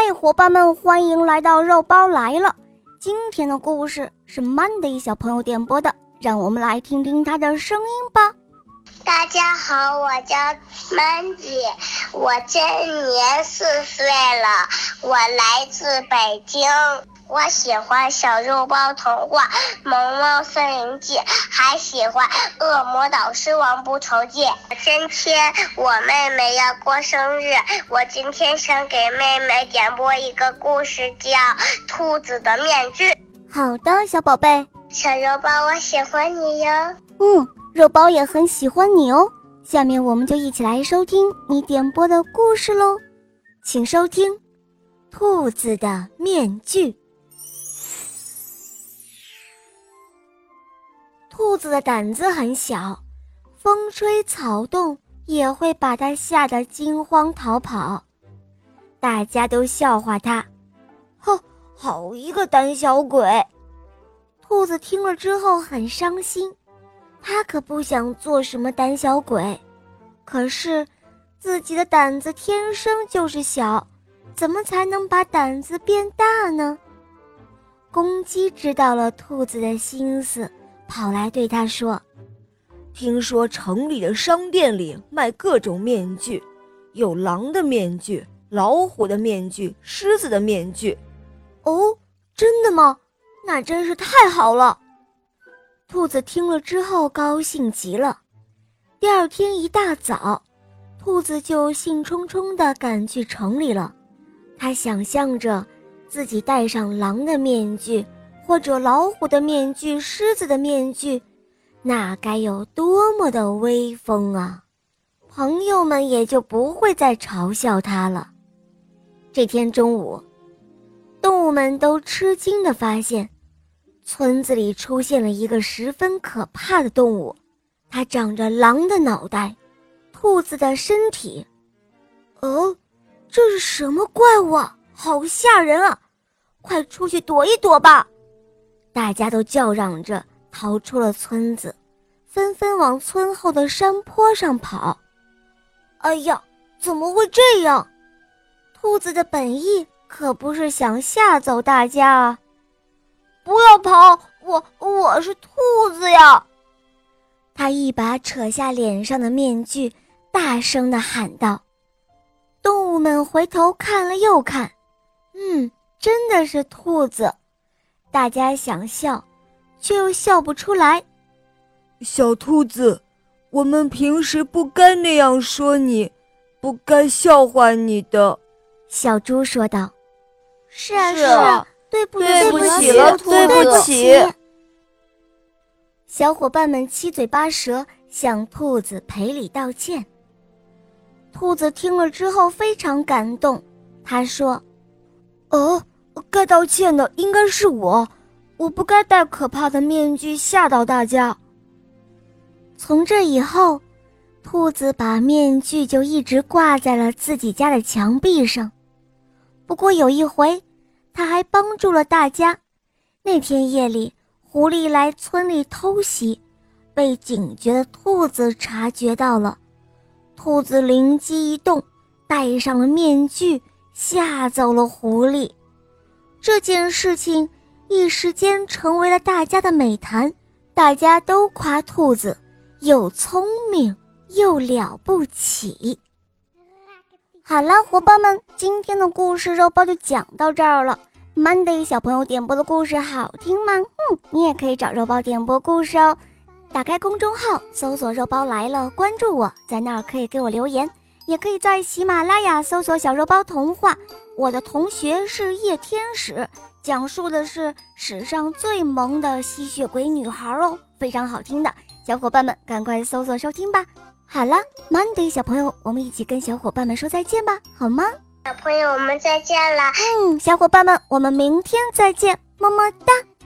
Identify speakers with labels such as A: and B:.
A: 嘿，伙伴们，欢迎来到肉包来了。今天的故事是 Monday 小朋友点播的，让我们来听听他的声音吧。
B: 大家好，我叫Mandy，我今年4岁了，我来自北京。我喜欢小肉包童话、萌猫森林记，还喜欢恶魔导师王不愁记。今天我妹妹要过生日，我今天想给妹妹点播一个故事，叫《兔子的面具》。
A: 好的，小宝贝。
B: 小肉包，我喜欢你哟。
A: 肉包也很喜欢你哦。下面我们就一起来收听你点播的故事咯，请收听《兔子的面具》。兔子的胆子很小，风吹草动也会把它吓得惊慌逃跑。大家都笑话它，好一个胆小鬼。兔子听了之后很伤心，他可不想做什么胆小鬼，可是自己的胆子天生就是小，怎么才能把胆子变大呢？公鸡知道了兔子的心思，跑来对他说：
C: 听说城里的商店里卖各种面具，有狼的面具、老虎的面具、狮子的面具。
A: 哦，真的吗？那真是太好了。兔子听了之后高兴极了。第二天一大早，兔子就兴冲冲地赶去城里了。他想象着自己戴上狼的面具，或者老虎的面具、狮子的面具，那该有多么的威风啊！朋友们也就不会再嘲笑他了。这天中午，动物们都吃惊地发现，村子里出现了一个十分可怕的动物，它长着狼的脑袋，兔子的身体。这是什么怪物啊？好吓人啊！快出去躲一躲吧！大家都叫嚷着逃出了村子，纷纷往村后的山坡上跑。哎呀，怎么会这样？兔子的本意可不是想吓走大家啊！不要跑，我是兔子呀！他一把扯下脸上的面具，大声地喊道。动物们回头看了又看，真的是兔子。大家想笑，却又笑不出来。
C: 小兔子，我们平时不该那样说你，不该笑话你的。
A: 小猪说道。是
C: 啊，
A: 对不
C: 起了，对不起。
A: 小伙伴们七嘴八舌向兔子赔礼道歉。兔子听了之后非常感动，他说：该道歉的应该是我不该戴可怕的面具吓到大家。从这以后，兔子把面具就一直挂在了自己家的墙壁上。不过有一回，他还帮助了大家。那天夜里，狐狸来村里偷袭，被警觉的兔子察觉到了。兔子灵机一动，戴上了面具，吓走了狐狸。这件事情一时间成为了大家的美谈，大家都夸兔子又聪明又了不起。好了，伙伴们，今天的故事肉包就讲到这儿了。Monday 小朋友点播的故事好听吗？你也可以找肉包点播故事哦。打开公众号，搜索肉包来了，关注我，在那儿可以给我留言，也可以在喜马拉雅搜索小肉包童话。我的同学是夜天使，讲述的是史上最萌的吸血鬼女孩哦，非常好听的，小伙伴们赶快搜索收听吧。好了 ，Monday 小朋友，我们一起跟小伙伴们说再见吧，好吗？
B: 小朋友，我们再见了。
A: 小伙伴们，我们明天再见，么么哒。